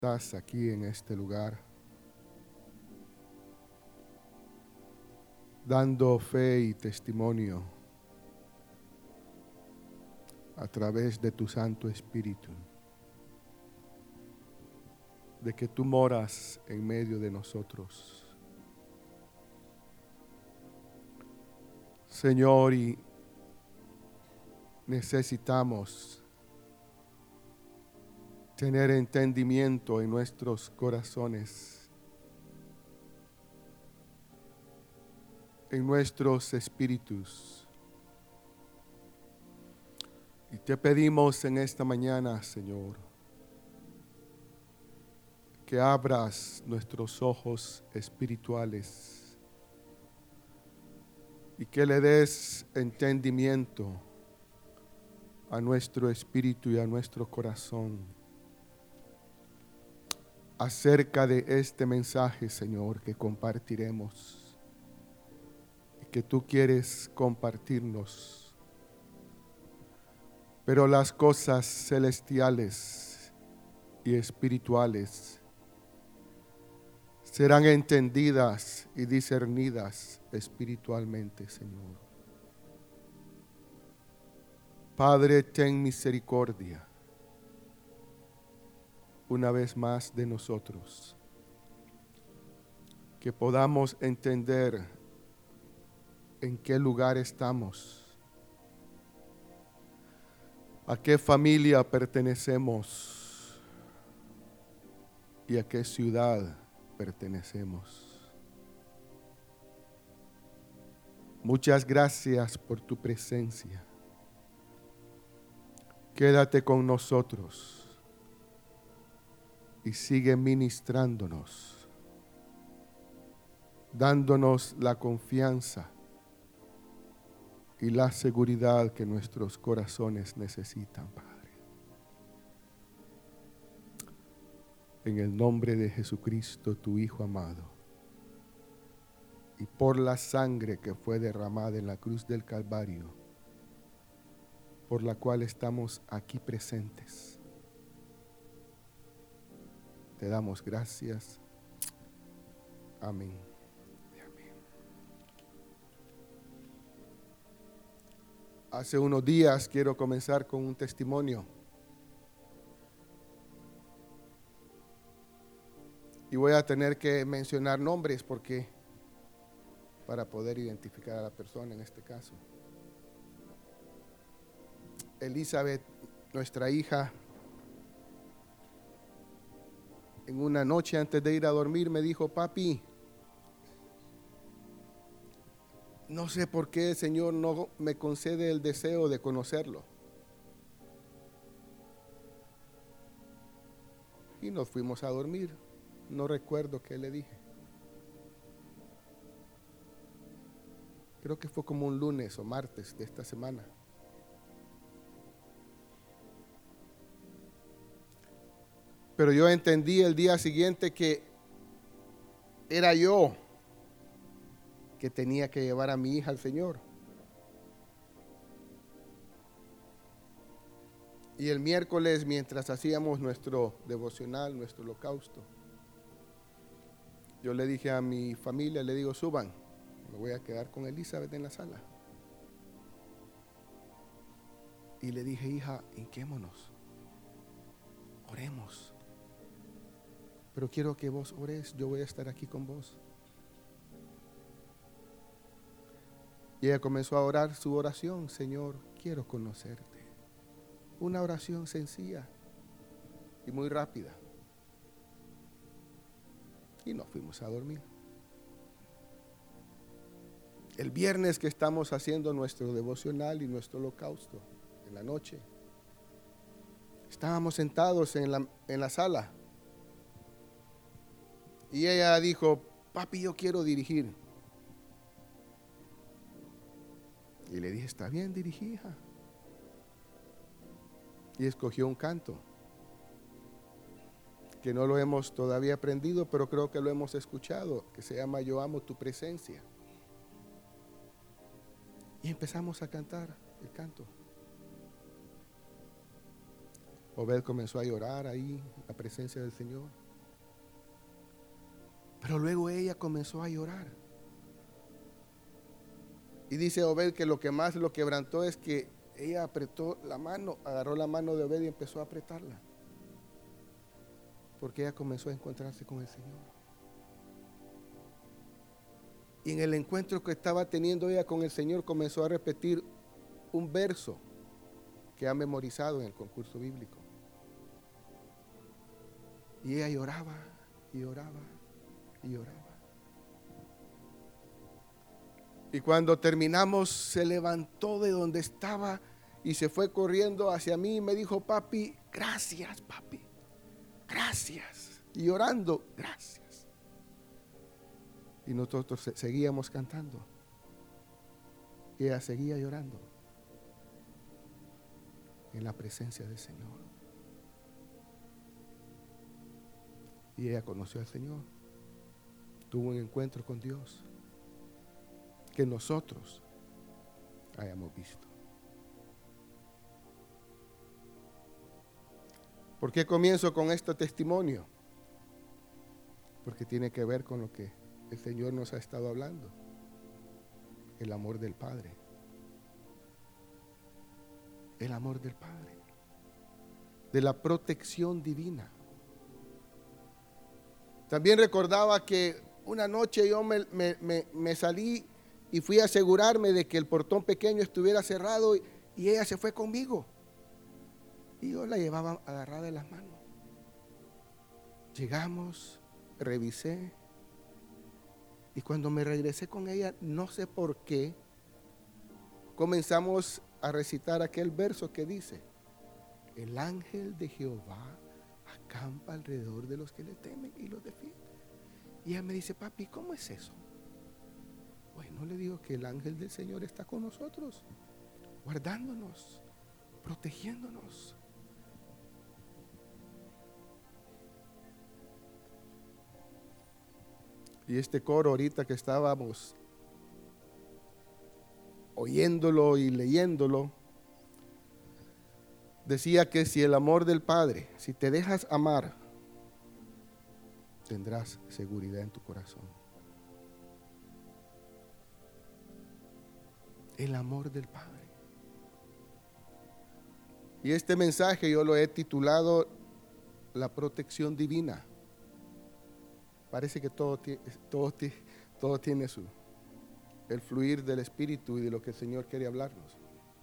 Estás aquí en este lugar, dando fe y testimonio a través de tu Santo Espíritu, de que tú moras en medio de nosotros. Señor, y necesitamos tener entendimiento en nuestros corazones, en nuestros espíritus. Y te pedimos en esta mañana, Señor, que abras nuestros ojos espirituales y que le des entendimiento a nuestro espíritu y a nuestro corazón acerca de este mensaje, Señor, que compartiremos y que tú quieres compartirnos. Pero las cosas celestiales y espirituales serán entendidas y discernidas espiritualmente, Señor. Padre, ten misericordia una vez más de nosotros, que podamos entender en qué lugar estamos, a qué familia pertenecemos y a qué ciudad pertenecemos. Muchas gracias por tu presencia. Quédate con nosotros y sigue ministrándonos, dándonos la confianza y la seguridad que nuestros corazones necesitan, Padre. En el nombre de Jesucristo, tu Hijo amado, y por la sangre que fue derramada en la cruz del Calvario, por la cual estamos aquí presentes, te damos gracias. Amén. Amén. Hace unos días quiero comenzar con un testimonio. Y voy a tener que mencionar nombres porque para poder identificar a la persona en este caso. Elizabeth, nuestra hija, en una noche antes de ir a dormir me dijo: papi, no sé por qué el Señor no me concede el deseo de conocerlo. Y nos fuimos a dormir. No recuerdo qué le dije. Creo que fue como un lunes o martes de esta semana. Pero yo entendí el día siguiente que era yo que tenía que llevar a mi hija al Señor. Y el miércoles, mientras hacíamos nuestro devocional, nuestro holocausto, yo le dije a mi familia, le digo: suban, me voy a quedar con Elizabeth en la sala. Y le dije: hija, hinquémonos, oremos. Pero quiero que vos ores, yo voy a estar aquí con vos. Y ella comenzó a orar su oración: Señor, quiero conocerte. Una oración sencilla y muy rápida. Y nos fuimos a dormir. El viernes que estamos haciendo nuestro devocional y nuestro holocausto, en la noche, estábamos sentados en la sala. Y ella dijo: papi, yo quiero dirigir. Y le dije: está bien, dirigí, hija. Y escogió un canto que no lo hemos todavía aprendido, pero creo que lo hemos escuchado, que se llama Yo amo tu presencia. Y empezamos a cantar el canto. Obed comenzó a llorar ahí en la presencia del Señor. Pero luego ella comenzó a llorar. Y dice Obed que lo que más lo quebrantó es que ella apretó la mano, agarró la mano de Obed y empezó a apretarla. Porque ella comenzó a encontrarse con el Señor. Y en el encuentro que estaba teniendo ella con el Señor, comenzó a repetir un verso que ha memorizado en el concurso bíblico. Y ella lloraba y lloraba y lloraba. Y cuando terminamos, se levantó de donde estaba y se fue corriendo hacia mí y me dijo: papi, gracias, papi, gracias. Y llorando, gracias. Y nosotros seguíamos cantando. Y ella seguía llorando en la presencia del Señor. Y ella conoció al Señor. Tuvo un encuentro con Dios que nosotros hayamos visto. ¿Por qué comienzo con este testimonio? Porque tiene que ver con lo que el Señor nos ha estado hablando. El amor del Padre. El amor del Padre. De la protección divina. También recordaba que una noche yo me salí y fui a asegurarme de que el portón pequeño estuviera cerrado y ella se fue conmigo. Y yo la llevaba agarrada de las manos. Llegamos, revisé y cuando me regresé con ella, no sé por qué, comenzamos a recitar aquel verso que dice: el ángel de Jehová acampa alrededor de los que le temen y los defiende. Y ella me dice: papi, ¿cómo es eso? Bueno, le digo que el ángel del Señor está con nosotros, guardándonos, protegiéndonos. Y este coro ahorita que estábamos oyéndolo y leyéndolo, decía que si el amor del Padre, si te dejas amar, tendrás seguridad en tu corazón. El amor del Padre. Y este mensaje yo lo he titulado La protección divina. Parece que todo tiene el fluir del Espíritu y de lo que el Señor quiere hablarnos.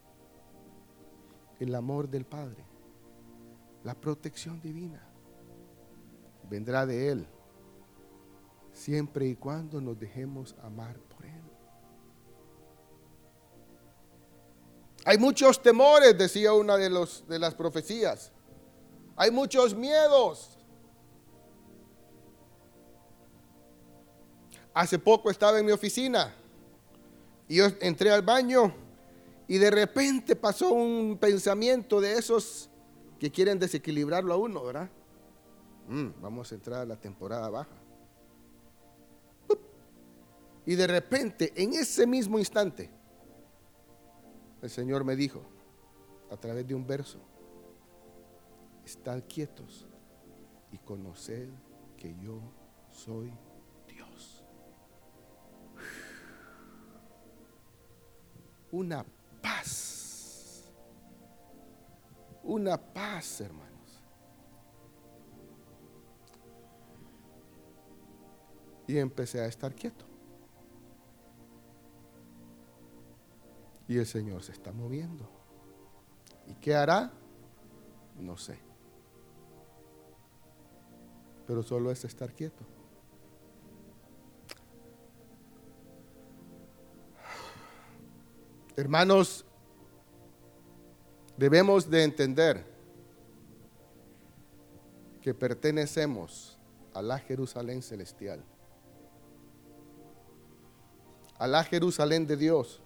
El amor del Padre, la protección divina, vendrá de Él, siempre y cuando nos dejemos amar por Él. Hay muchos temores, decía una de las profecías. Hay muchos miedos. Hace poco estaba en mi oficina y yo entré al baño y de repente pasó un pensamiento de esos que quieren desequilibrarlo a uno, ¿verdad? Vamos a entrar a la temporada baja. Y de repente, en ese mismo instante, el Señor me dijo, a través de un verso: estad quietos y conoced que yo soy Dios. Una paz, hermanos. Y empecé a estar quieto. Y el Señor se está moviendo. ¿Y qué hará? No sé. Pero solo es estar quieto. Hermanos, debemos de entender que pertenecemos a la Jerusalén celestial, a la Jerusalén de Dios.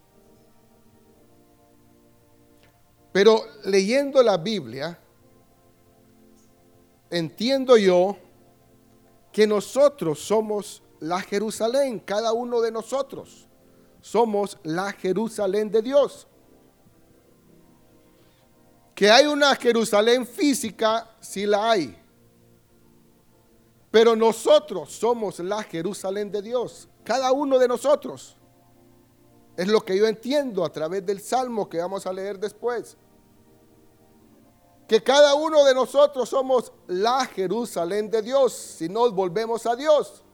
Pero leyendo la Biblia, entiendo yo que nosotros somos la Jerusalén, cada uno de nosotros somos la Jerusalén de Dios. Que hay una Jerusalén física, sí la hay. Pero nosotros somos la Jerusalén de Dios. Cada uno de nosotros. Es lo que yo entiendo a través del Salmo que vamos a leer después. Que cada uno de nosotros somos la Jerusalén de Dios si nos volvemos a Dios.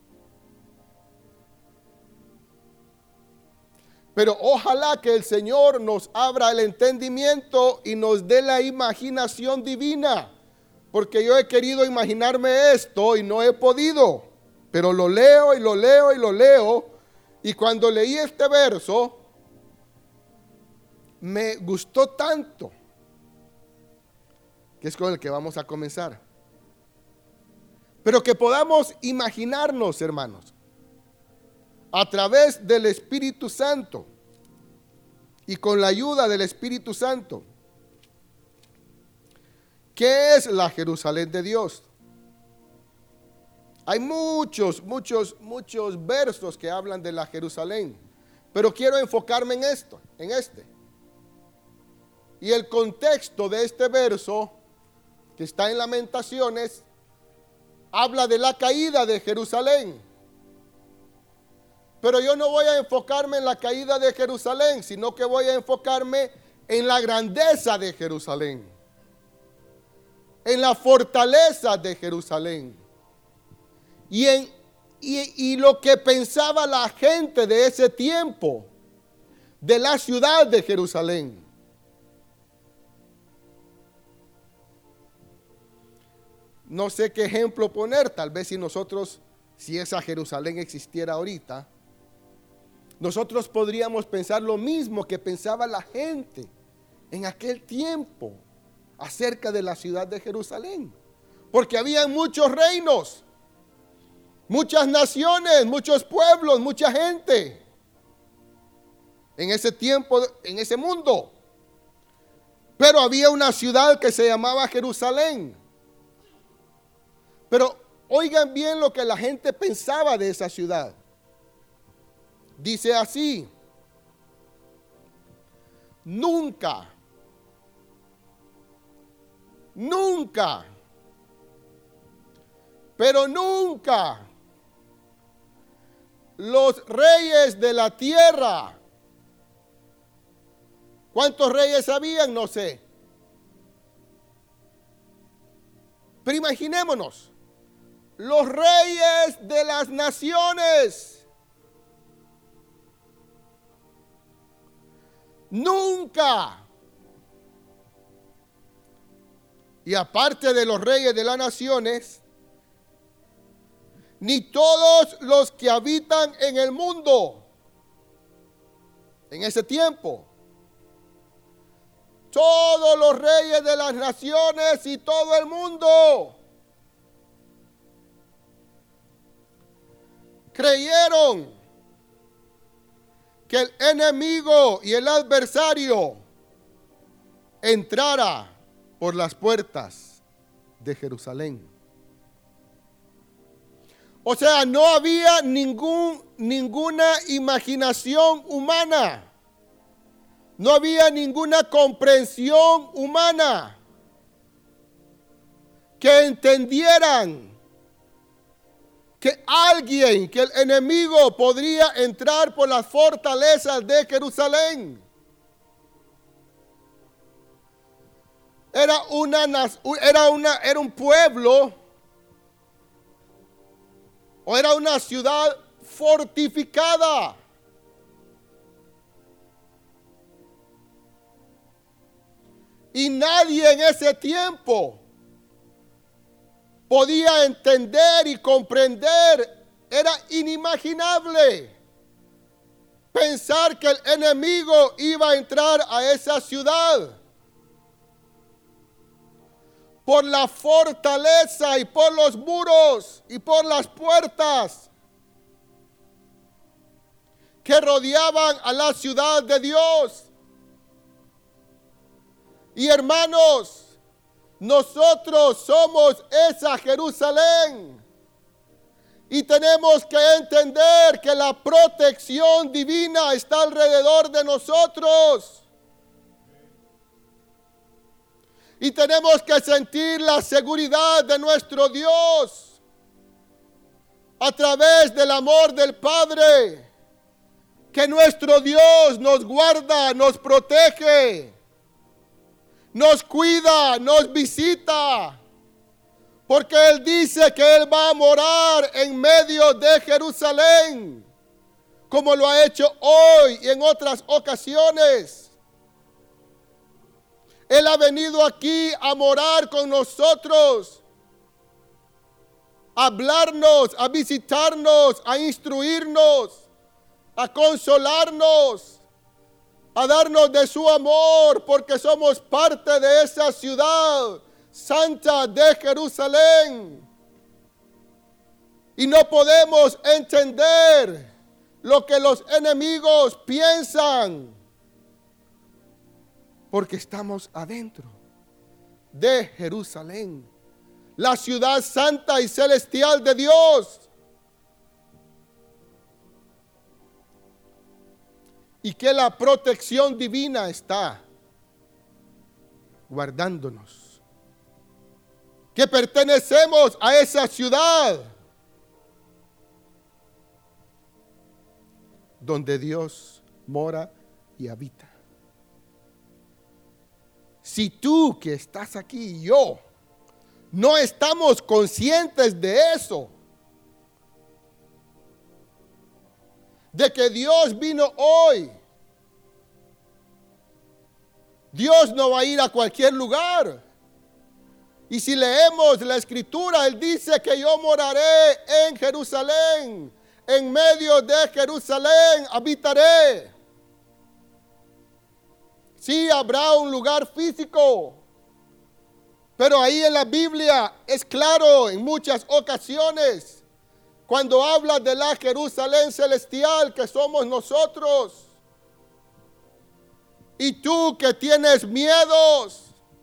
Pero ojalá que el Señor nos abra el entendimiento y nos dé la imaginación divina. Porque yo he querido imaginarme esto y no he podido. Pero lo leo y lo leo y lo leo. Y cuando leí este verso, me gustó tanto, que es con el que vamos a comenzar. Pero que podamos imaginarnos, hermanos, a través del Espíritu Santo y con la ayuda del Espíritu Santo, ¿qué es la Jerusalén de Dios? Hay muchos versos que hablan de la Jerusalén, pero quiero enfocarme en este. Y el contexto de este verso, que está en Lamentaciones, habla de la caída de Jerusalén. Pero yo no voy a enfocarme en la caída de Jerusalén, sino que voy a enfocarme en la grandeza de Jerusalén, en la fortaleza de Jerusalén. Y lo que pensaba la gente de ese tiempo, de la ciudad de Jerusalén. No sé qué ejemplo poner, tal vez si esa Jerusalén existiera ahorita, nosotros podríamos pensar lo mismo que pensaba la gente en aquel tiempo acerca de la ciudad de Jerusalén. Porque había muchos reinos, muchas naciones, muchos pueblos, mucha gente en ese tiempo, en ese mundo. Pero había una ciudad que se llamaba Jerusalén. Pero oigan bien lo que la gente pensaba de esa ciudad. Dice así: nunca, pero nunca los reyes de la tierra. ¿Cuántos reyes habían? No sé. Pero imaginémonos, los reyes de las naciones. Nunca. Y aparte de los reyes de las naciones, ni todos los que habitan en el mundo en ese tiempo. Todos los reyes de las naciones y todo el mundo creyeron que el enemigo y el adversario entrara por las puertas de Jerusalén. O sea, no había ninguna imaginación humana. No había ninguna comprensión humana que entendieran que el enemigo podría entrar por las fortalezas de Jerusalén. Era un pueblo, o era una ciudad fortificada. Y nadie en ese tiempo podía entender y comprender. Era inimaginable pensar que el enemigo iba a entrar a esa ciudad por la fortaleza y por los muros y por las puertas que rodeaban a la ciudad de Dios. Y hermanos, nosotros somos esa Jerusalén. Y tenemos que entender que la protección divina está alrededor de nosotros. Y tenemos que sentir la seguridad de nuestro Dios a través del amor del Padre, que nuestro Dios nos guarda, nos protege, nos cuida, nos visita, porque Él dice que Él va a morar en medio de Jerusalén, como lo ha hecho hoy y en otras ocasiones. Él ha venido aquí a morar con nosotros, a hablarnos, a visitarnos, a instruirnos, a consolarnos, a darnos de su amor, porque somos parte de esa ciudad santa de Jerusalén. Y no podemos entender lo que los enemigos piensan, porque estamos adentro de Jerusalén, la ciudad santa y celestial de Dios. Y que la protección divina está guardándonos. Que pertenecemos a esa ciudad donde Dios mora y habita. Si tú que estás aquí y yo no estamos conscientes de eso, de que Dios vino hoy, Dios no va a ir a cualquier lugar. Y si leemos la escritura, Él dice que yo moraré en Jerusalén, en medio de Jerusalén habitaré. Sí, habrá un lugar físico, pero ahí en la Biblia es claro en muchas ocasiones, cuando habla de la Jerusalén celestial que somos nosotros. Y tú que tienes miedos,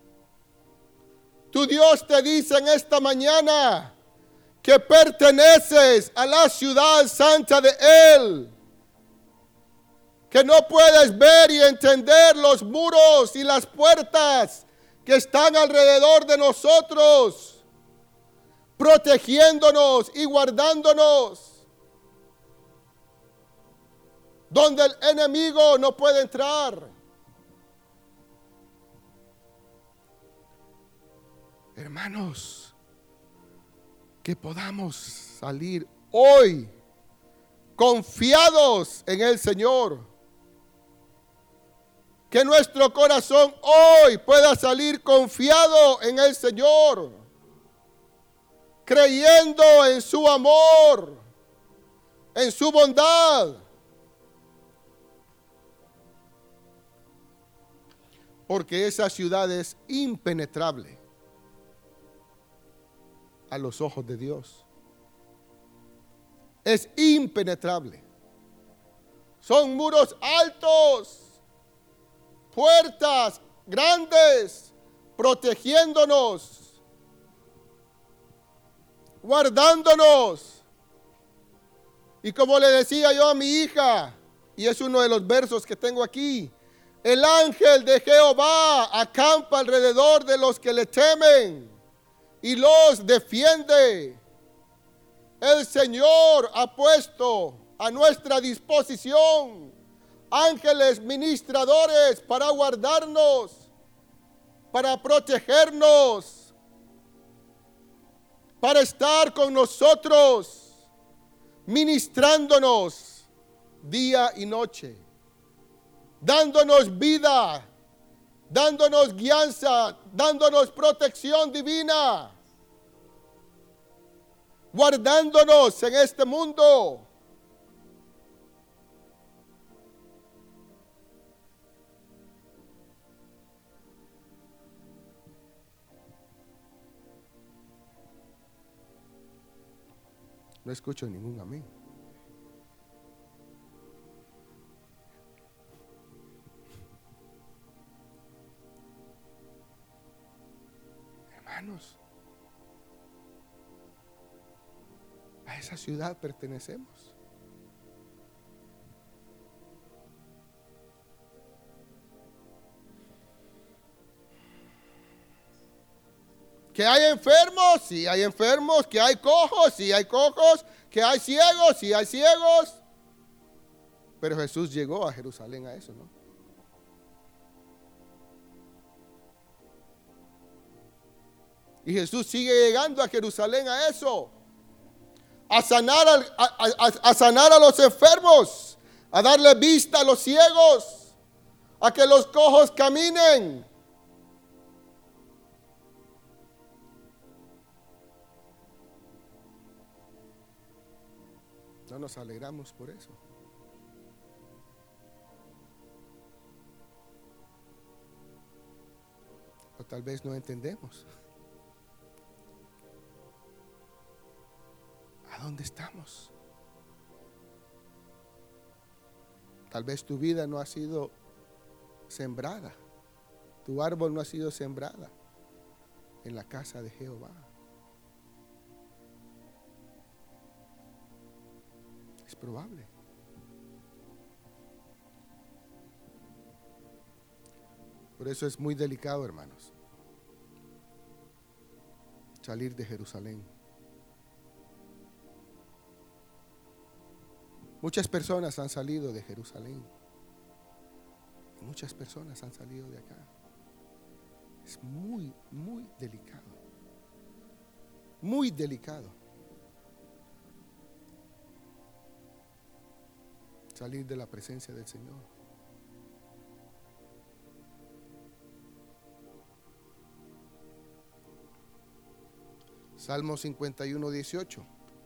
tu Dios te dice en esta mañana que perteneces a la ciudad santa de Él, que no puedes ver y entender los muros y las puertas que están alrededor de nosotros, protegiéndonos y guardándonos, donde el enemigo no puede entrar. Hermanos, que podamos salir hoy confiados en el Señor. Que nuestro corazón hoy pueda salir confiado en el Señor, creyendo en su amor, en su bondad. Porque esa ciudad es impenetrable a los ojos de Dios. Es impenetrable. Son muros altos, puertas grandes, protegiéndonos, guardándonos. Y como le decía yo a mi hija, y es uno de los versos que tengo aquí, el ángel de Jehová acampa alrededor de los que le temen y los defiende. El Señor ha puesto a nuestra disposición ángeles ministradores para guardarnos, para protegernos, para estar con nosotros, ministrándonos día y noche, dándonos vida, dándonos guianza, dándonos protección divina, guardándonos en este mundo. No escucho ningún amén. Hermanos, a esa ciudad pertenecemos. Que hay enfermos, sí hay enfermos. Que hay cojos, sí hay cojos. Que hay ciegos, sí hay ciegos. Pero Jesús llegó a Jerusalén a eso, ¿no? Y Jesús sigue llegando a Jerusalén a eso. A sanar a los enfermos. A darle vista a los ciegos. A que los cojos caminen. No nos alegramos por eso. O tal vez no entendemos. ¿A dónde estamos? Tal vez tu vida no ha sido sembrada. Tu árbol no ha sido sembrada en la casa de Jehová. Es probable. Por eso es muy delicado, hermanos, salir de Jerusalén. Muchas personas han salido de Jerusalén. Muchas personas han salido de acá. Es muy, muy delicado. Muy delicado. Salir de la presencia del Señor. Salmo 51, 18.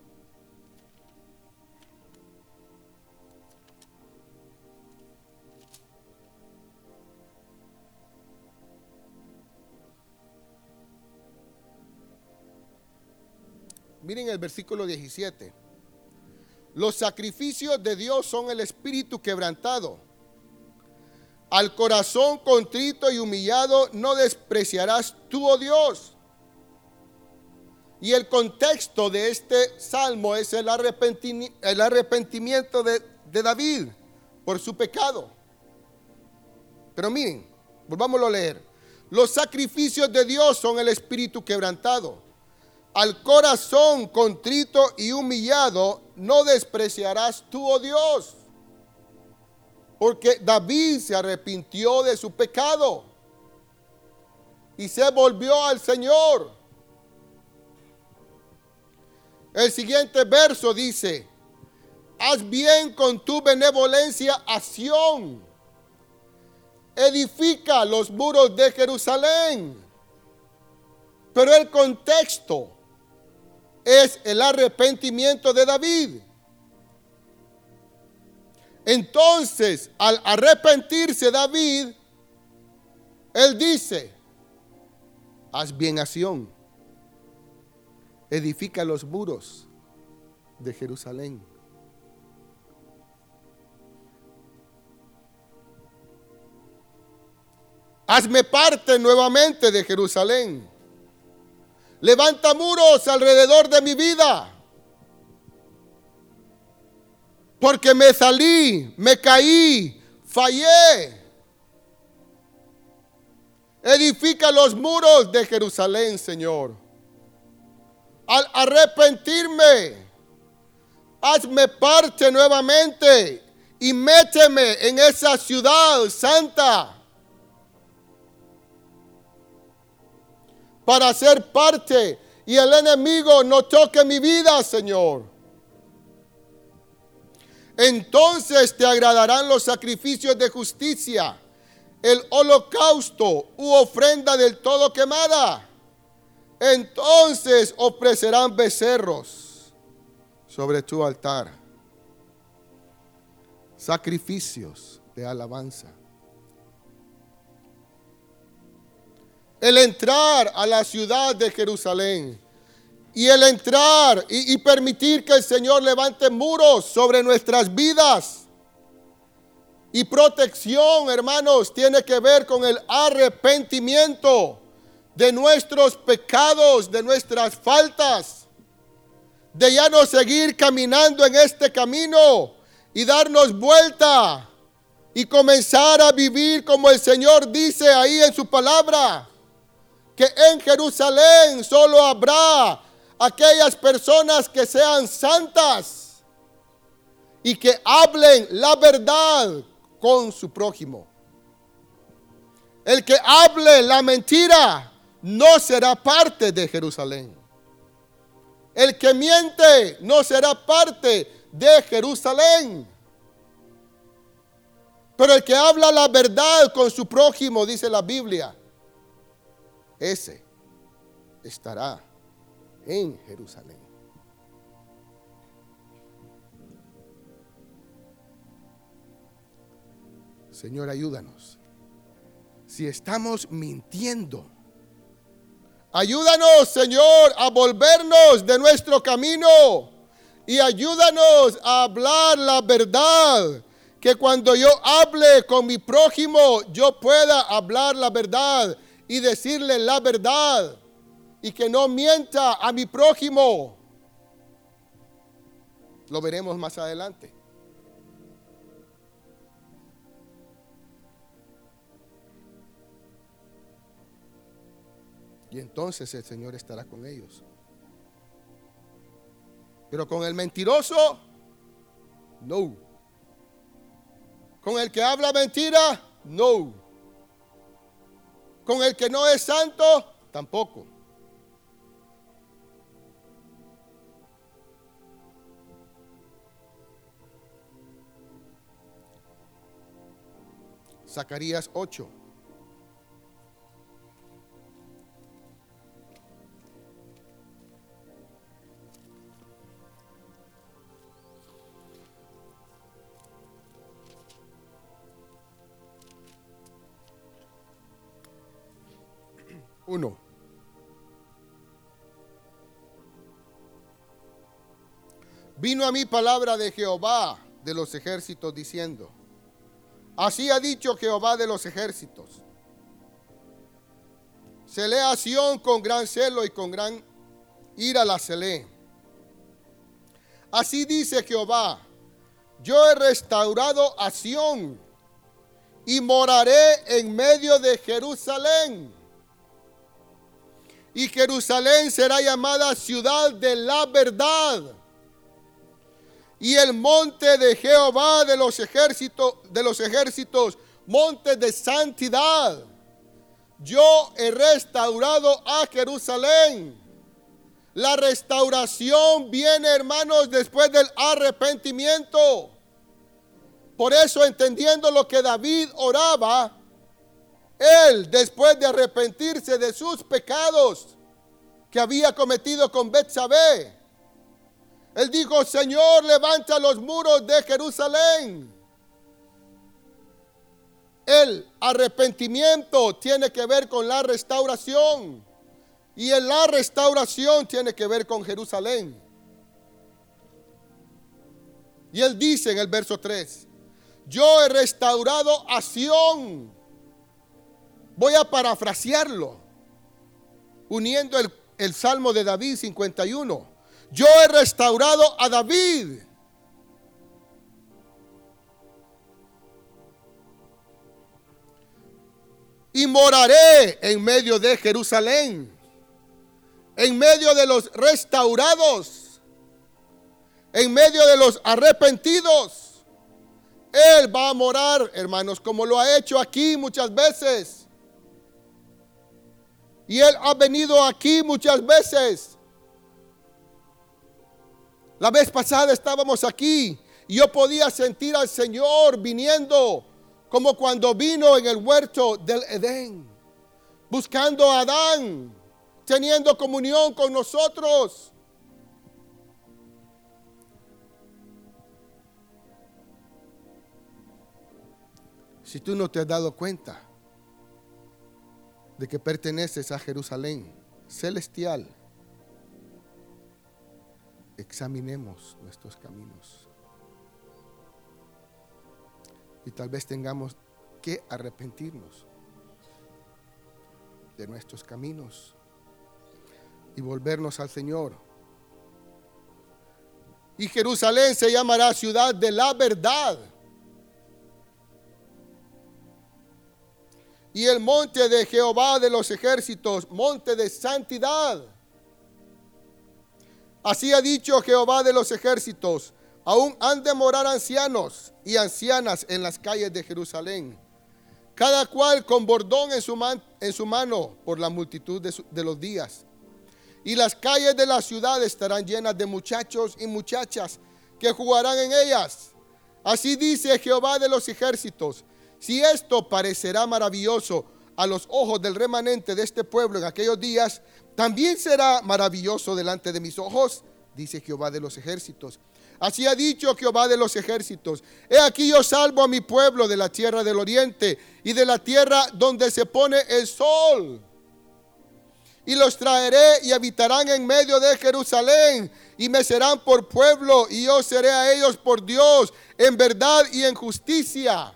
Miren el versículo 17. Los sacrificios de Dios son el espíritu quebrantado. Al corazón contrito y humillado no despreciarás tú, oh Dios. Y el contexto de este salmo es el arrepentimiento de David por su pecado. Pero miren, volvámoslo a leer. Los sacrificios de Dios son el espíritu quebrantado. Al corazón contrito y humillado no despreciarás tú, oh Dios. Porque David se arrepintió de su pecado y se volvió al Señor. El siguiente verso dice: haz bien con tu benevolencia a Sión. Edifica los muros de Jerusalén. Pero el contexto es el arrepentimiento de David. Entonces, al arrepentirse David, él dice: haz bien a Sión, edifica los muros de Jerusalén. Hazme parte nuevamente de Jerusalén. Levanta muros alrededor de mi vida. Porque me salí, me caí, fallé. Edifica los muros de Jerusalén, Señor. Al arrepentirme, hazme parte nuevamente y méteme en esa ciudad santa para ser parte y el enemigo no toque mi vida, Señor. Entonces te agradarán los sacrificios de justicia, el holocausto u ofrenda del todo quemada. Entonces ofrecerán becerros sobre tu altar, sacrificios de alabanza. El entrar a la ciudad de Jerusalén y el entrar y permitir que el Señor levante muros sobre nuestras vidas y protección, hermanos, tiene que ver con el arrepentimiento de nuestros pecados, de nuestras faltas, de ya no seguir caminando en este camino y darnos vuelta y comenzar a vivir como el Señor dice ahí en su palabra, que en Jerusalén solo habrá aquellas personas que sean santas y que hablen la verdad con su prójimo. El que hable la mentira no será parte de Jerusalén. El que miente no será parte de Jerusalén. Pero el que habla la verdad con su prójimo, dice la Biblia, ese estará en Jerusalén. Señor, ayúdanos. Si estamos mintiendo, ayúdanos, Señor, a volvernos de nuestro camino y ayúdanos a hablar la verdad. Que cuando yo hable con mi prójimo, yo pueda hablar la verdad y decirle la verdad. Y que no mienta a mi prójimo. Lo veremos más adelante. Y entonces el Señor estará con ellos. Pero con el mentiroso, no. Con el que habla mentira, no. Con el que no es santo, tampoco. Zacarías 8. Uno. Vino a mí palabra de Jehová de los ejércitos diciendo: así ha dicho Jehová de los ejércitos. Celé a Sión con gran celo y con gran ira la celé. Así dice Jehová: yo he restaurado a Sión y moraré en medio de Jerusalén. Y Jerusalén será llamada ciudad de la verdad. Y el monte de Jehová de los ejércitos, monte de santidad. Yo he restaurado a Jerusalén. La restauración viene, hermanos, después del arrepentimiento. Por eso, entendiendo lo que David oraba, él, después de arrepentirse de sus pecados que había cometido con Betsabé, él dijo: Señor, levanta los muros de Jerusalén. El arrepentimiento tiene que ver con la restauración. Y en la restauración tiene que ver con Jerusalén. Y él dice en el verso 3: yo he restaurado a Sión. Voy a parafrasearlo, uniendo el Salmo de David 51. Yo he restaurado a David. Y moraré en medio de Jerusalén, en medio de los restaurados, en medio de los arrepentidos. Él va a morar, hermanos, como lo ha hecho aquí muchas veces. Y Él ha venido aquí muchas veces. La vez pasada estábamos aquí y yo podía sentir al Señor viniendo como cuando vino en el huerto del Edén, buscando a Adán, teniendo comunión con nosotros. Si tú no te has dado cuenta de que perteneces a Jerusalén celestial, examinemos nuestros caminos. Y tal vez tengamos que arrepentirnos de nuestros caminos y volvernos al Señor. Y Jerusalén se llamará ciudad de la verdad. y el monte de Jehová de los ejércitos, monte de santidad. Así ha dicho Jehová de los ejércitos: aún han de morar ancianos y ancianas en las calles de Jerusalén, cada cual con bordón en su mano por la multitud de los días. Y las calles de la ciudad estarán llenas de muchachos y muchachas que jugarán en ellas. Así dice Jehová de los ejércitos: si esto parecerá maravilloso a los ojos del remanente de este pueblo en aquellos días, también será maravilloso delante de mis ojos, dice Jehová de los ejércitos. Así ha dicho Jehová de los ejércitos: he aquí yo salvo a mi pueblo de la tierra del oriente y de la tierra donde se pone el sol, y los traeré y habitarán en medio de Jerusalén, y me serán por pueblo, y yo seré a ellos por Dios, en verdad y en justicia.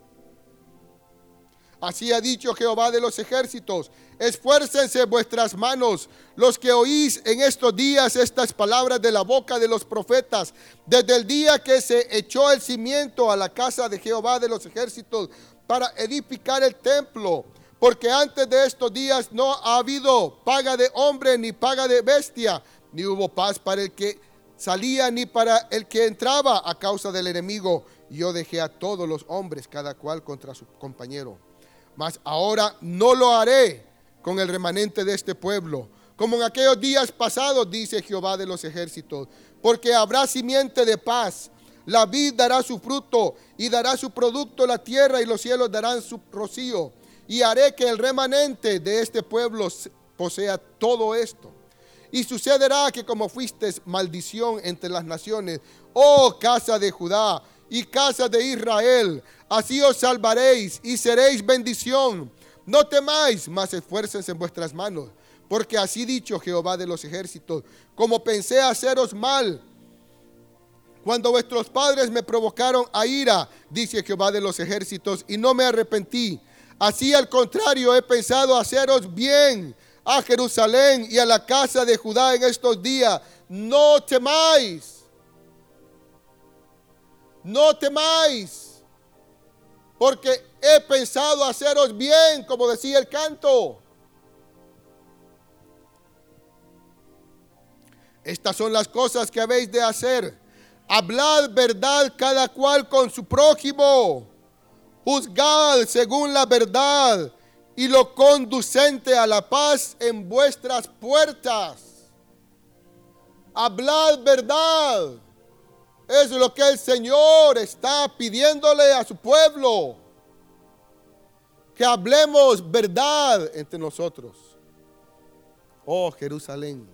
Así ha dicho Jehová de los ejércitos: esfuércense vuestras manos, los que oís en estos días estas palabras de la boca de los profetas, desde el día que se echó el cimiento a la casa de Jehová de los ejércitos para edificar el templo. Porque antes de estos días no ha habido paga de hombre ni paga de bestia, ni hubo paz para el que salía ni para el que entraba a causa del enemigo. Y yo dejé a todos los hombres, cada cual contra su compañero. Mas ahora no lo haré con el remanente de este pueblo, como en aquellos días pasados, dice Jehová de los ejércitos, porque habrá simiente de paz. La vid dará su fruto y dará su producto la tierra, y los cielos darán su rocío. Y haré que el remanente de este pueblo posea todo esto. Y sucederá que como fuisteis maldición entre las naciones, oh casa de Judá y casa de Israel, así os salvaréis y seréis bendición. No temáis, mas esfuércense en vuestras manos, porque así dicho Jehová de los ejércitos: como pensé haceros mal cuando vuestros padres me provocaron a ira, dice Jehová de los ejércitos, y no me arrepentí, así al contrario he pensado haceros bien a Jerusalén y a la casa de Judá en estos días. No temáis, no temáis, porque he pensado haceros bien, como decía el canto. Estas son las cosas que habéis de hacer: hablad verdad cada cual con su prójimo, juzgad según la verdad y lo conducente a la paz en vuestras puertas. Hablad verdad. Eso es lo que el Señor está pidiéndole a su pueblo, que hablemos verdad entre nosotros. Oh Jerusalén,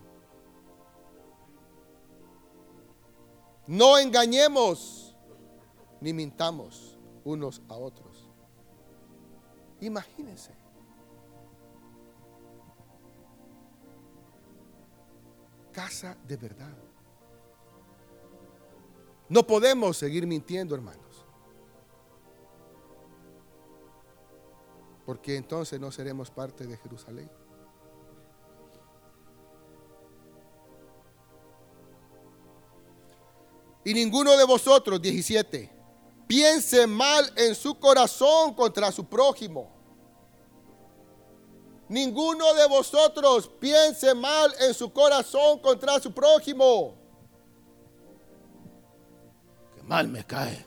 no engañemos ni mintamos unos a otros. Imagínense. Casa de verdad. No podemos seguir mintiendo, hermanos, porque entonces no seremos parte de Jerusalén. Y ninguno de vosotros, 17, piense mal en su corazón contra su prójimo. Ninguno de vosotros piense mal en su corazón contra su prójimo. Qué mal me cae.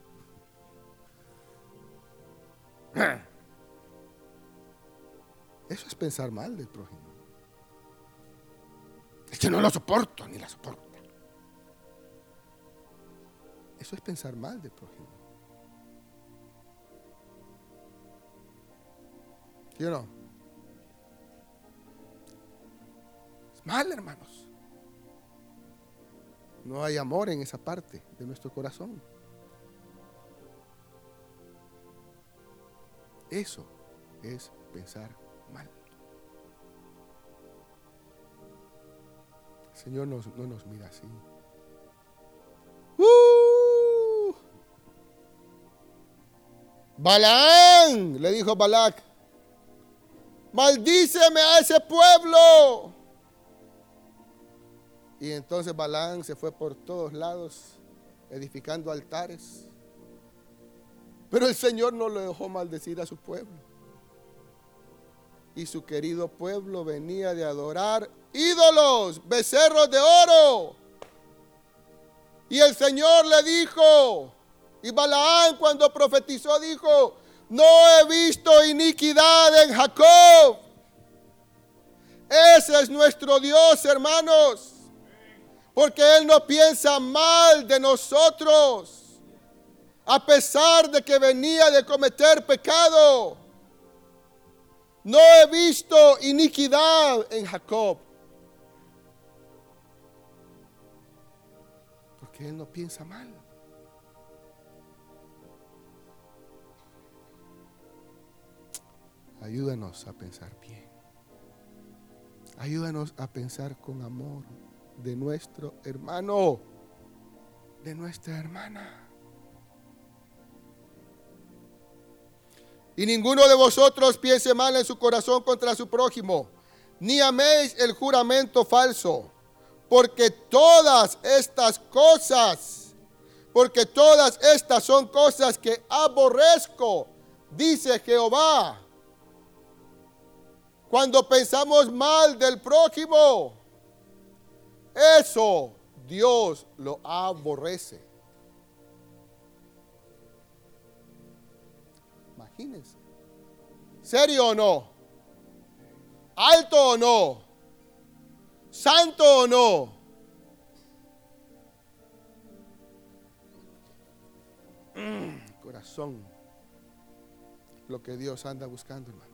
Eso es pensar mal del prójimo. Es que no lo soporto ni la soporto. Eso es pensar mal del prójimo. ¿Sí o no? Es mal, hermanos. No hay amor en esa parte de nuestro corazón. Eso es pensar mal. El Señor no nos mira así. Balaán, le dijo Balac, maldíceme a ese pueblo. Y entonces Balaán se fue por todos lados edificando altares. Pero el Señor no le dejó maldecir a su pueblo. y su querido pueblo venía de adorar ídolos, becerros de oro. Y el Señor le dijo, y Balaam cuando profetizó dijo, no he visto iniquidad en Jacob. Ese es nuestro Dios, hermanos, porque Él no piensa mal de nosotros, a pesar de que venía de cometer pecado. No he visto iniquidad en Jacob, porque Él no piensa mal. Ayúdanos a pensar bien. Ayúdanos a pensar con amor de nuestro hermano, de nuestra hermana. Y ninguno de vosotros piense mal en su corazón contra su prójimo, ni améis el juramento falso, porque todas estas son cosas que aborrezco, dice Jehová. Cuando pensamos mal del prójimo, eso Dios lo aborrece. Imagínense. ¿Serio o no? ¿Alto o no? ¿Santo o no? Corazón. Lo que Dios anda buscando, hermanos.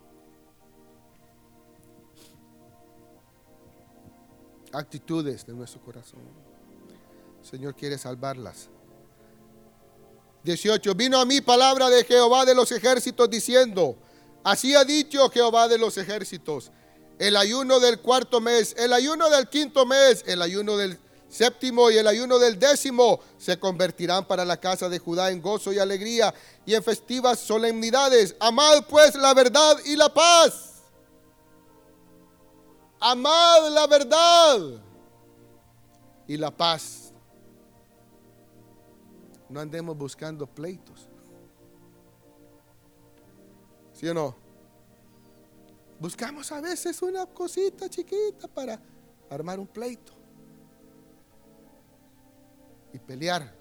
Actitudes de nuestro corazón. El Señor quiere salvarlas. 18. Vino a mí palabra de Jehová de los ejércitos diciendo, así ha dicho Jehová de los ejércitos, el ayuno del cuarto mes, el ayuno del quinto mes, el ayuno del séptimo y el ayuno del décimo se convertirán para la casa de Judá en gozo y alegría y en festivas solemnidades. Amad pues la verdad y la paz. Amad la verdad y la paz. No andemos buscando pleitos. ¿Sí o no? Buscamos a veces una cosita chiquita para armar un pleito y pelear.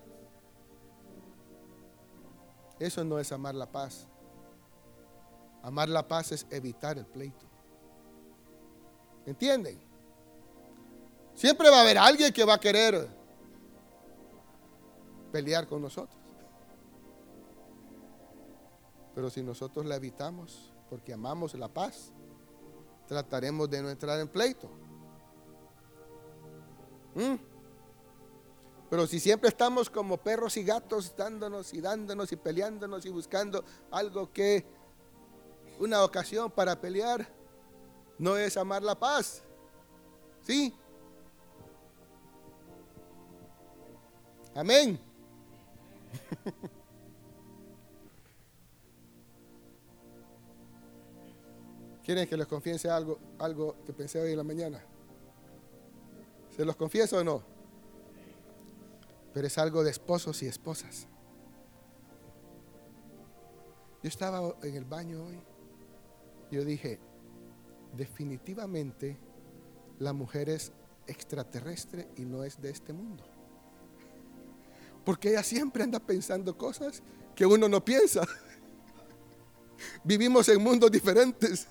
Eso no es amar la paz. Amar la paz es evitar el pleito. ¿Entienden? Siempre va a haber alguien que va a querer pelear con nosotros. Pero si nosotros la evitamos porque amamos la paz, trataremos de no entrar en pleito. Pero si siempre estamos como perros y gatos dándonos y peleándonos y buscando algo que una ocasión para pelear, no es amar la paz. ¿Sí? Amén. ¿Quieren que les confiese algo que pensé hoy en la mañana? ¿Se los confieso o no? Pero es algo de esposos y esposas. Yo estaba en el baño hoy. Yo dije, definitivamente la mujer es extraterrestre y no es de este mundo. Porque ella siempre anda pensando cosas que uno no piensa. Vivimos en mundos diferentes.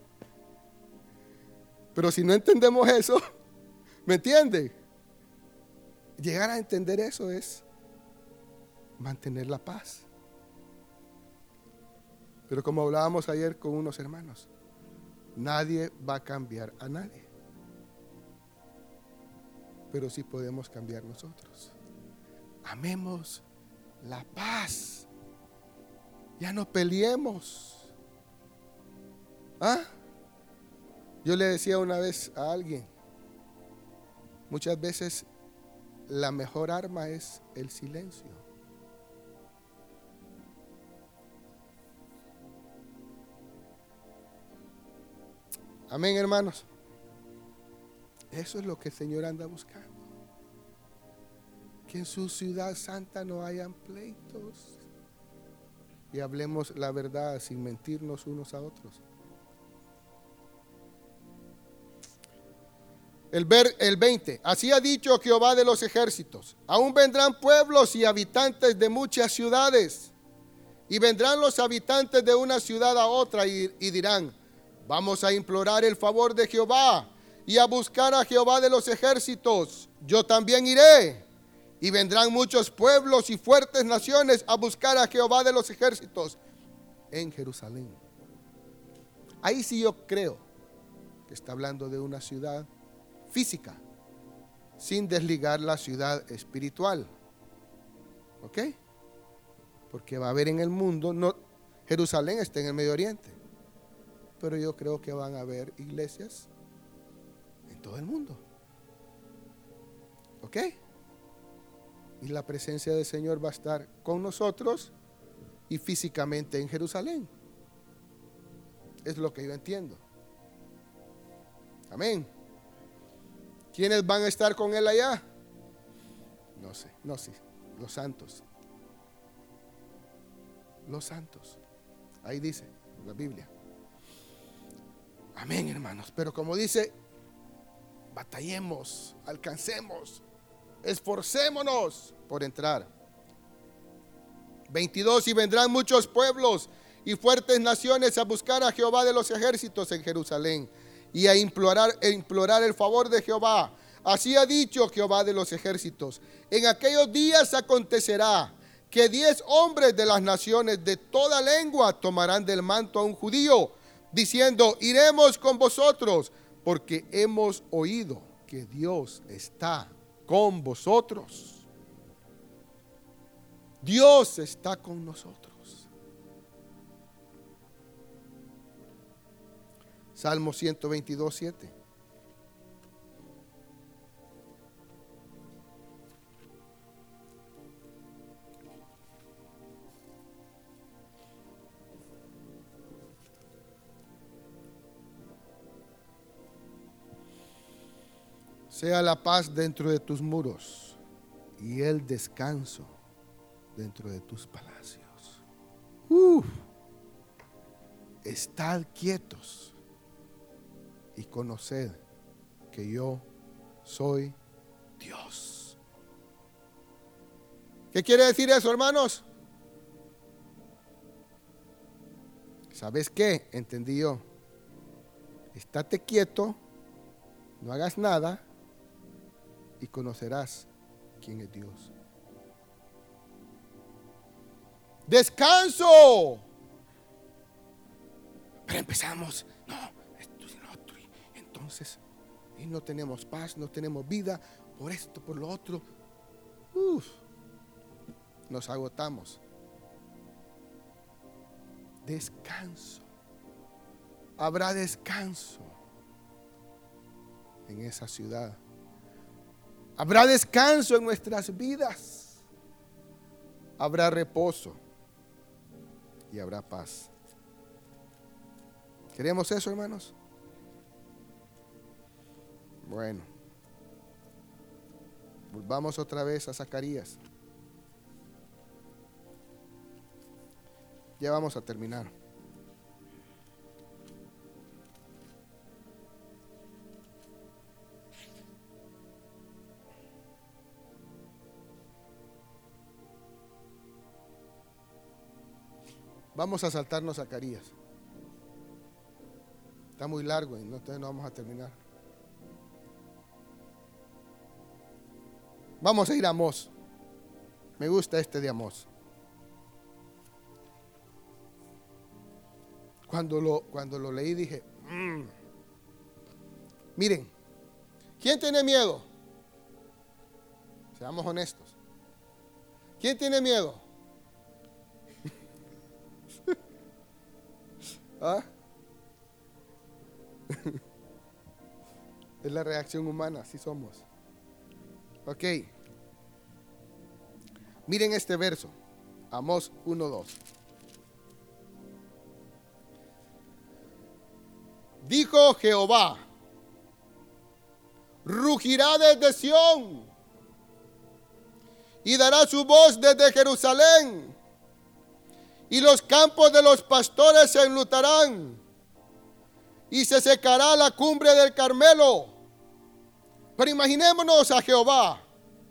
Pero si no entendemos eso, ¿me entiende? Llegar a entender eso es mantener la paz. Pero como hablábamos ayer con unos hermanos, nadie va a cambiar a nadie. Pero sí podemos cambiar nosotros. Amemos la paz. Ya no peleemos. ¿Ah? Yo le decía una vez a alguien, muchas veces la mejor arma es el silencio. Amén, hermanos. Eso es lo que el Señor anda buscando. Que en su ciudad santa no hayan pleitos. Y hablemos la verdad sin mentirnos unos a otros. El 20. Así ha dicho Jehová de los ejércitos: aún vendrán pueblos y habitantes de muchas ciudades, y vendrán los habitantes de una ciudad a otra y dirán: vamos a implorar el favor de Jehová y a buscar a Jehová de los ejércitos. Yo también iré. Y vendrán muchos pueblos y fuertes naciones a buscar a Jehová de los ejércitos en Jerusalén. Ahí sí yo creo que está hablando de una ciudad física, sin desligar la ciudad espiritual. ¿Ok? Porque va a haber en el mundo, no, Jerusalén está en el Medio Oriente, pero yo creo que van a haber iglesias en todo el mundo. ¿Ok? Y la presencia del Señor va a estar con nosotros y físicamente en Jerusalén. Es lo que yo entiendo. Amén. ¿Quiénes van a estar con Él allá? No sé. Los santos. Los santos. Ahí dice la Biblia. Amén, hermanos. Pero como dice, batallemos, alcancemos, esforcémonos por entrar. 22. Y vendrán muchos pueblos y fuertes naciones a buscar a Jehová de los ejércitos en Jerusalén y a implorar el favor de Jehová. Así ha dicho Jehová de los ejércitos: en aquellos días acontecerá que 10 hombres de las naciones de toda lengua tomarán del manto a un judío, diciendo: iremos con vosotros, porque hemos oído que Dios está con vosotros. Dios está con nosotros. Salmo 122, 7. Sea la paz dentro de tus muros y el descanso dentro de tus palacios. Estad quietos y conoced que yo soy Dios. ¿Qué quiere decir eso, hermanos? ¿Sabes qué? Entendí yo. Estate quieto, no hagas nada y conocerás quién es Dios. ¡Descanso! Pero empezamos, entonces, y no tenemos paz, no tenemos vida, por esto, por lo otro. Nos agotamos. Descanso. Habrá descanso en esa ciudad. Habrá descanso en nuestras vidas. Habrá reposo y habrá paz. ¿Queremos eso, hermanos? Bueno, volvamos otra vez a Zacarías. Ya vamos a terminar. Vamos a saltarnos a Zacarías. Está muy largo y entonces no vamos a terminar. Vamos a ir a Amós. Me gusta este de Amós. Cuando lo leí dije, miren, ¿quién tiene miedo? Seamos honestos. ¿Quién tiene miedo? ¿Ah? Es la reacción humana, así somos. Ok. Miren este verso, Amós 1:2. Dijo Jehová: rugirá desde Sión y dará su voz desde Jerusalén, y los campos de los pastores se enlutarán, y se secará la cumbre del Carmelo, Pero imaginémonos a Jehová.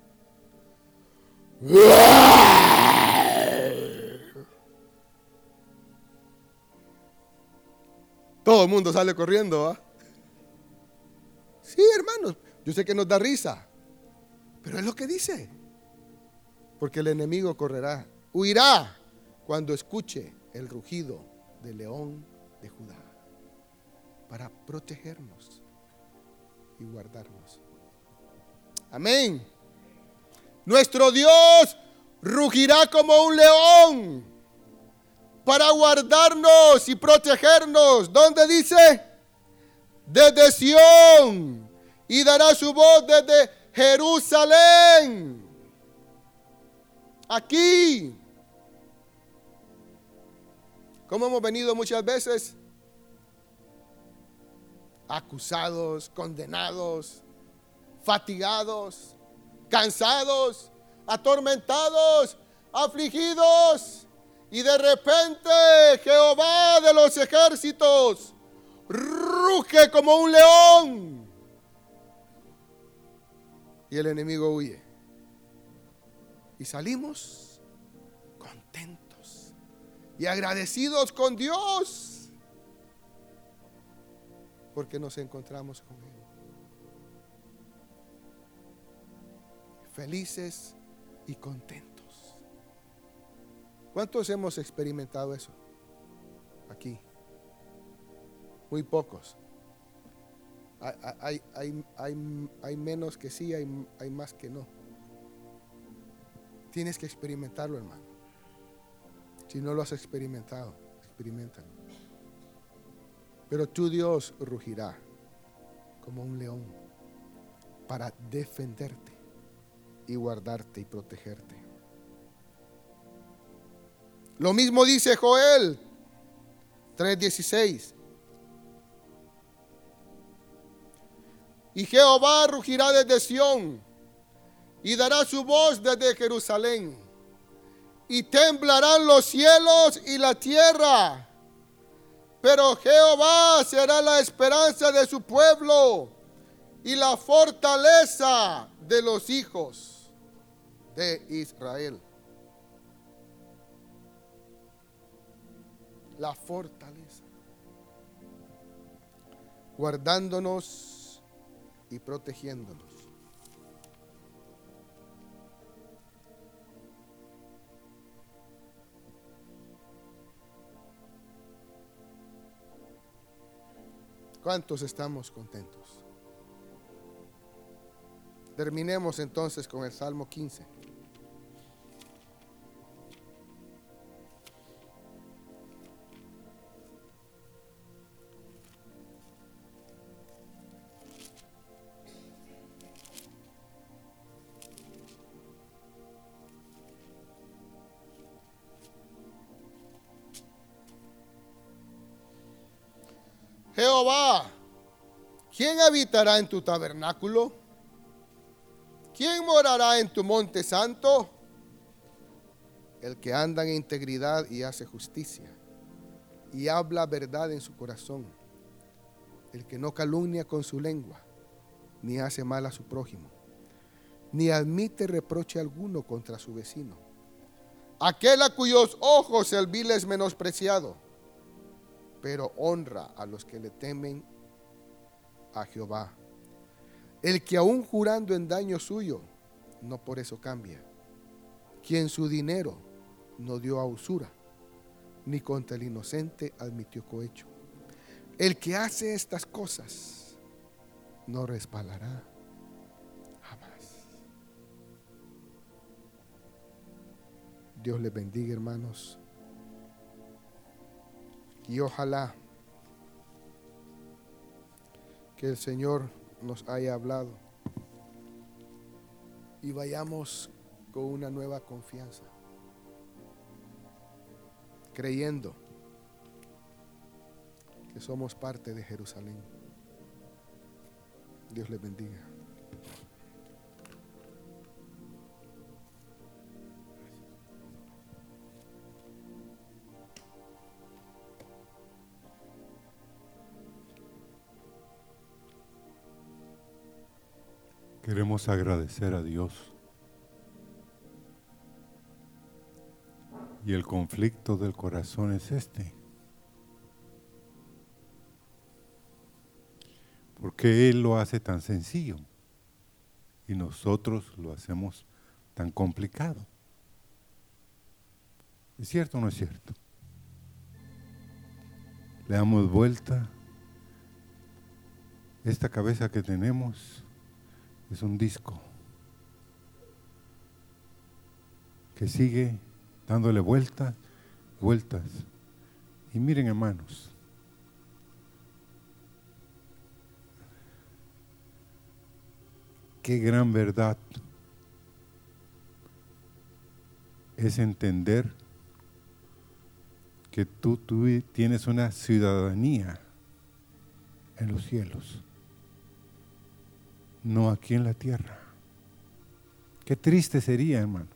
Todo el mundo sale corriendo, ¿ah? Sí, hermanos, yo sé que nos da risa, pero es lo que dice. Porque el enemigo correrá, huirá cuando escuche el rugido del león de Judá, para protegernos y guardarnos. Amén. Nuestro Dios rugirá como un león para guardarnos y protegernos. ¿Dónde dice? Desde Sión, y dará su voz desde Jerusalén. Aquí. Como hemos venido muchas veces, acusados, condenados, fatigados, cansados, atormentados, afligidos, y de repente Jehová de los ejércitos ruge como un león y el enemigo huye. Y salimos contentos y agradecidos con Dios porque nos encontramos con Él. Felices y contentos. ¿Cuántos hemos experimentado eso? Aquí. Muy pocos. Hay menos que sí, hay más que no. Tienes que experimentarlo, hermano. Si no lo has experimentado, experiméntalo. Pero tu Dios rugirá como un león para defenderte y guardarte y protegerte. Lo mismo dice Joel 3:16. Y Jehová rugirá desde Sión y dará su voz desde Jerusalén, y temblarán los cielos y la tierra, pero Jehová será la esperanza de su pueblo y la fortaleza de los hijos de Israel. La fortaleza, guardándonos y protegiéndonos. ¿Cuántos estamos contentos? Terminemos entonces con el Salmo 15. Jehová, ¿quién habitará en tu tabernáculo? ¿Quién morará en tu monte santo? El que anda en integridad y hace justicia, y habla verdad en su corazón. El que no calumnia con su lengua, ni hace mal a su prójimo, ni admite reproche alguno contra su vecino. Aquel a cuyos ojos el vil es menospreciado, pero honra a los que le temen a Jehová. El que aún jurando en daño suyo, no por eso cambia. Quien su dinero no dio a usura, ni contra el inocente admitió cohecho. El que hace estas cosas no resbalará jamás. Dios les bendiga, hermanos. Y ojalá que el Señor nos haya hablado y vayamos con una nueva confianza, creyendo que somos parte de Jerusalén. Dios les bendiga. Queremos agradecer a Dios. Y el conflicto del corazón es este. ¿Por qué Él lo hace tan sencillo y nosotros lo hacemos tan complicado? ¿Es cierto o no es cierto? Le damos vuelta. Esta cabeza que tenemos es un disco que sigue dándole vueltas, vueltas. Y miren, hermanos, qué gran verdad es entender que tú tienes una ciudadanía en los cielos, no aquí en la tierra. Qué triste sería, hermanos,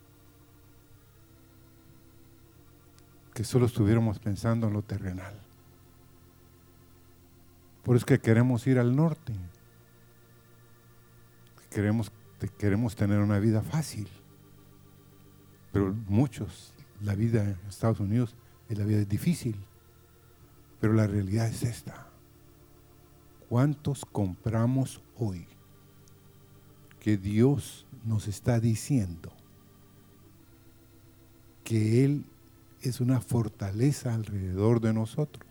que solo estuviéramos pensando en lo terrenal. Por eso es que queremos ir al norte. Queremos tener una vida fácil. Pero muchos, la vida en Estados Unidos la vida es difícil. Pero la realidad es esta. ¿Cuántos compramos hoy que Dios nos está diciendo que Él es una fortaleza alrededor de nosotros?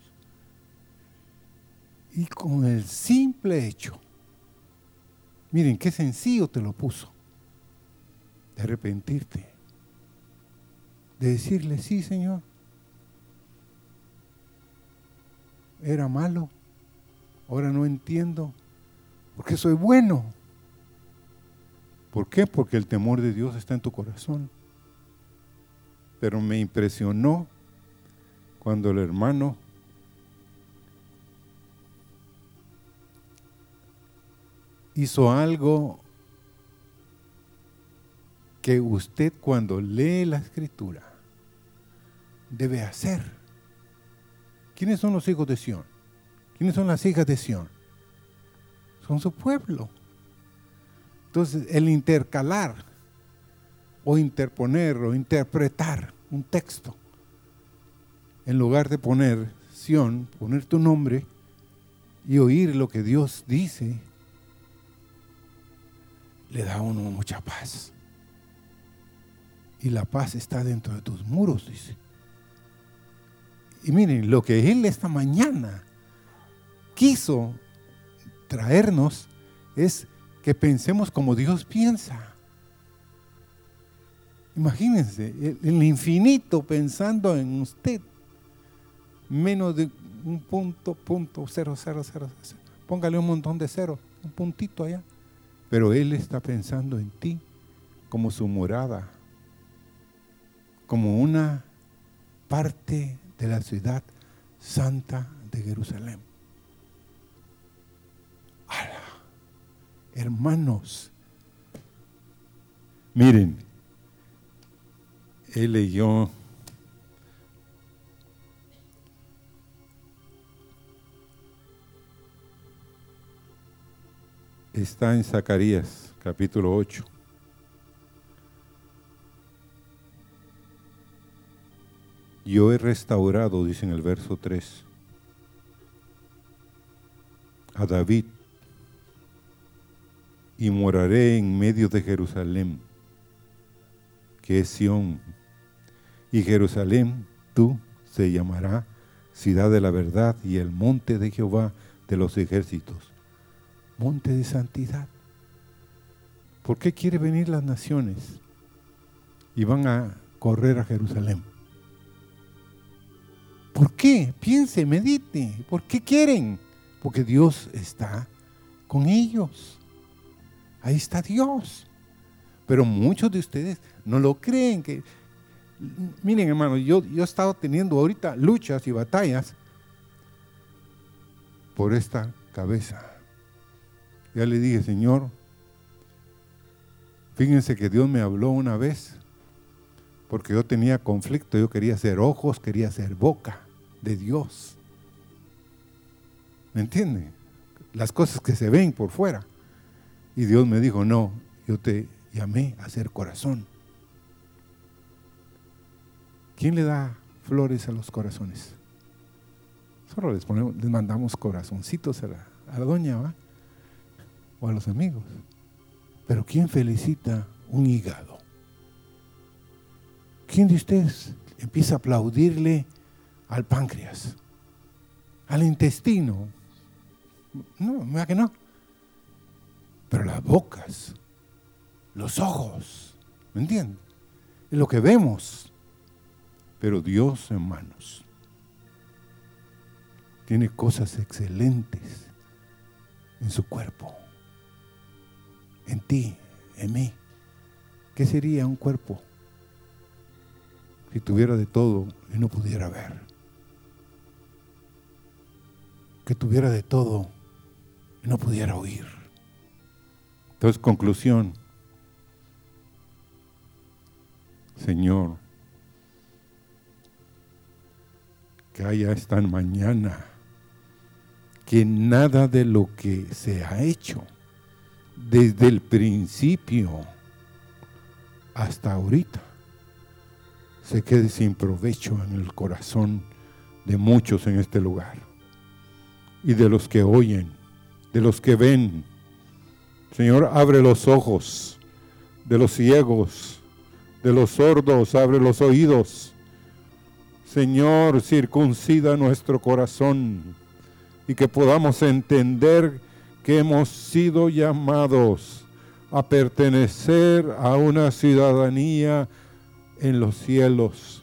Y con el simple hecho, miren qué sencillo te lo puso, de arrepentirte, de decirle: sí, Señor, era malo, ahora no entiendo, porque soy bueno. ¿Por qué? Porque el temor de Dios está en tu corazón. Pero me impresionó cuando el hermano hizo algo que usted, cuando lee la Escritura, debe hacer. ¿Quiénes son los hijos de Sión? ¿Quiénes son las hijas de Sión? Son su pueblo. Entonces, el intercalar o interponer o interpretar un texto, en lugar de poner Sión, poner tu nombre y oír lo que Dios dice, le da a uno mucha paz. Y la paz está dentro de tus muros, dice. Y miren, lo que Él esta mañana quiso traernos es que pensemos como Dios piensa. Imagínense, el infinito pensando en usted, menos de un punto 0,000. Póngale un montón de ceros, un puntito allá. Pero Él está pensando en ti como su morada, como una parte de la ciudad santa de Jerusalén. ¡Hala! Hermanos, miren, él leyó está en Zacarías, capítulo 8. Yo he restaurado, dice en el verso 3, a David, y moraré en medio de Jerusalén, que es Sión, y Jerusalén, tú, se llamará ciudad de la verdad y el monte de Jehová de los ejércitos, monte de santidad. ¿Por qué quiere venir las naciones y van a correr a Jerusalén? ¿Por qué? Piense, medite. ¿Por qué quieren? Porque Dios está con ellos. Ahí está Dios. Pero muchos de ustedes no lo creen. Miren, hermano, yo he estado teniendo ahorita luchas y batallas por esta cabeza. Ya le dije: Señor, fíjense que Dios me habló una vez porque yo tenía conflicto. Yo quería ser ojos, quería ser boca de Dios. ¿Me entienden? Las cosas que se ven por fuera. Y Dios me dijo, no, yo te llamé a hacer corazón. ¿Quién le da flores a los corazones? Solo les mandamos corazoncitos a la doña, ¿va? O a los amigos. Pero ¿quién felicita un hígado? ¿Quién de ustedes empieza a aplaudirle al páncreas? Al intestino. No, ¿verdad que no? Pero las bocas, los ojos, ¿me entienden? Es lo que vemos. Pero Dios, hermanos, tiene cosas excelentes en su cuerpo, en ti, en mí. ¿Qué sería un cuerpo si tuviera de todo y no pudiera ver? Que tuviera de todo y no pudiera oír. Entonces, conclusión. Señor, que haya esta mañana que nada de lo que se ha hecho desde el principio hasta ahorita se quede sin provecho en el corazón de muchos en este lugar y de los que oyen, de los que ven. Señor, abre los ojos de los ciegos, de los sordos, abre los oídos. Señor, circuncida nuestro corazón y que podamos entender que hemos sido llamados a pertenecer a una ciudadanía en los cielos.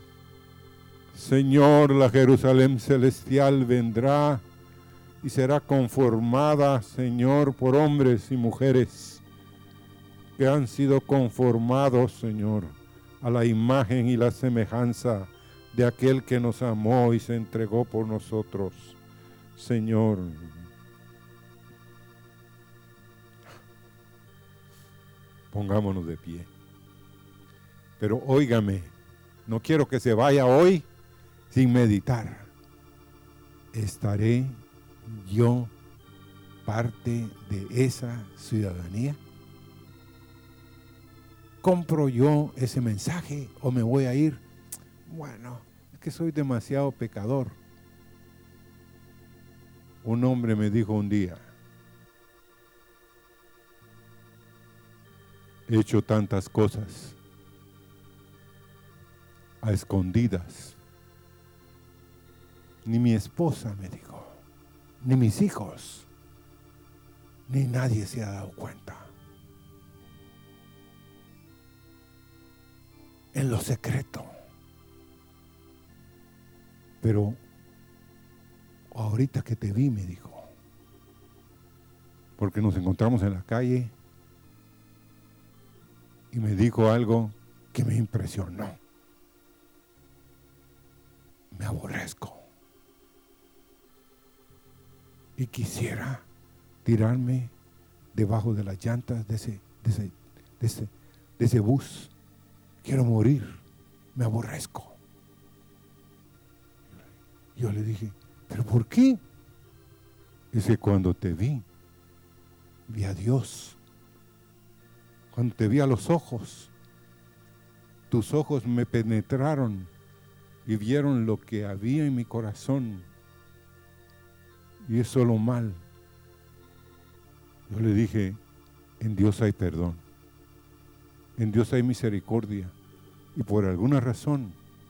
Señor, la Jerusalén celestial vendrá y será conformada, Señor, por hombres y mujeres que han sido conformados, Señor, a la imagen y la semejanza de aquel que nos amó y se entregó por nosotros. Señor, pongámonos de pie. Pero óigame, no quiero que se vaya hoy sin meditar. ¿Estaré yo parte de esa ciudadanía? ¿Compro yo ese mensaje o me voy a ir? Bueno, es que soy demasiado pecador. Un hombre me dijo un día, he hecho tantas cosas a escondidas. Ni mi esposa, me dijo, ni mis hijos, ni nadie se ha dado cuenta. En lo secreto. Pero ahorita que te vi, me dijo, porque nos encontramos en la calle y me dijo algo que me impresionó. Me aborrezco y quisiera tirarme debajo de las llantas de ese bus. Quiero morir, me aborrezco. Yo le dije, ¿pero por qué? Dice, cuando te vi a Dios. Cuando te vi a los ojos, tus ojos me penetraron y vieron lo que había en mi corazón. Y es solo mal. Yo le dije, en Dios hay perdón. En Dios hay misericordia. Y por alguna razón,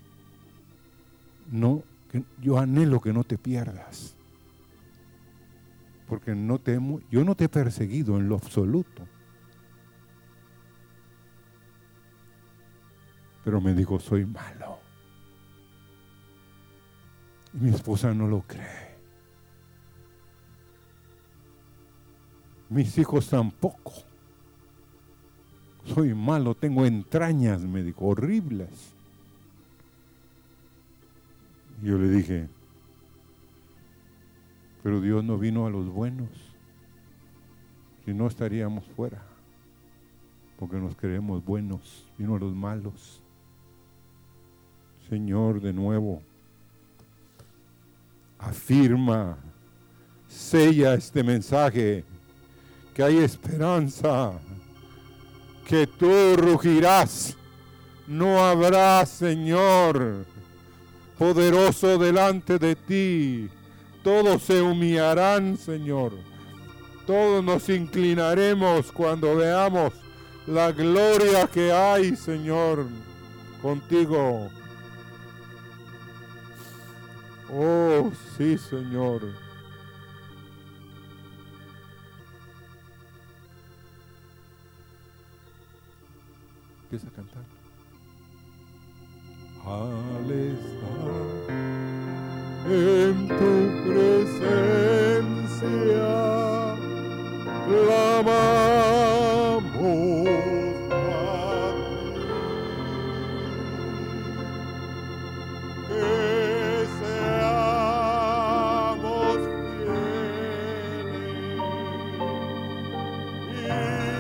yo anhelo que no te pierdas. Porque yo no te he perseguido en lo absoluto. Pero me dijo, soy malo. Y mi esposa no lo cree. Mis hijos tampoco. Soy malo, tengo entrañas, me dijo, horribles. Y yo le dije, pero Dios no vino a los buenos, si no estaríamos fuera, porque nos creemos buenos, vino a los malos. Señor, de nuevo, afirma, sella este mensaje, que hay esperanza, que tú rugirás. No habrá, Señor, poderoso delante de ti. Todos se humillarán, Señor. Todos nos inclinaremos cuando veamos la gloria que hay, Señor, contigo. Oh, sí, Señor. Empieza a cantar. Al estar en tu presencia, clamamos a ti, que seamos fieles y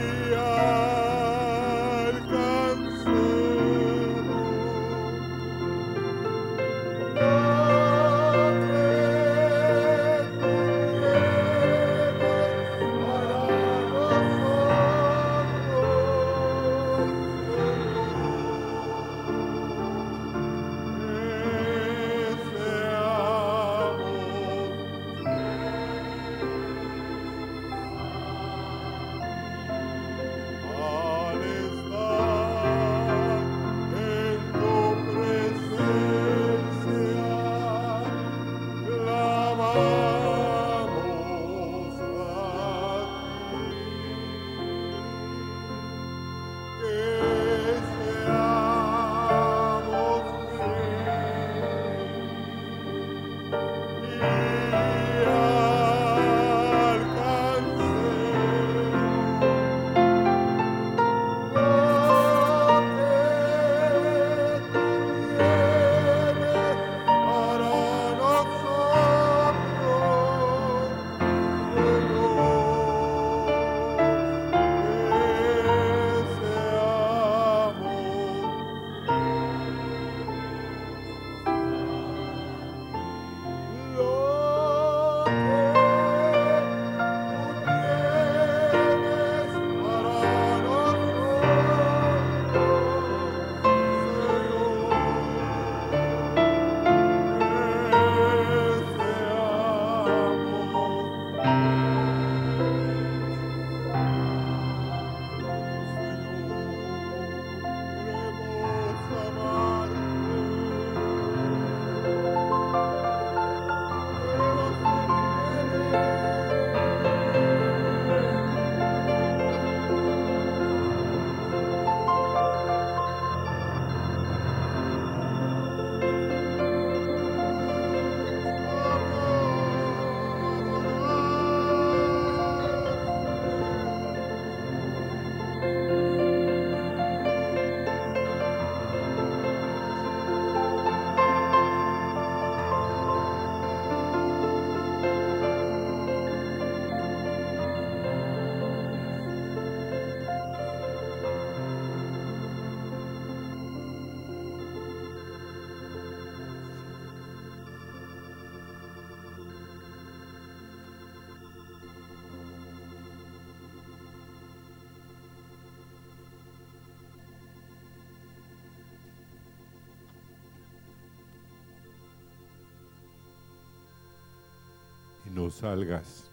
no salgas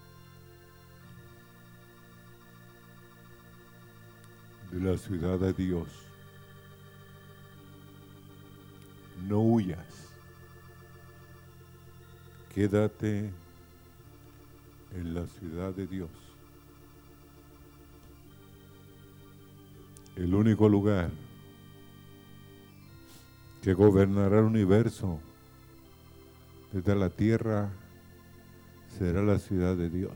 de la ciudad de Dios. No huyas. Quédate en la ciudad de Dios. El único lugar que gobernará el universo desde la tierra será la ciudad de Dios.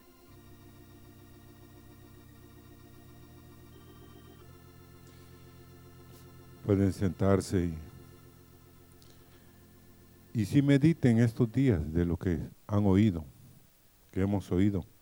Pueden sentarse y si mediten estos días de lo que han oído, que hemos oído.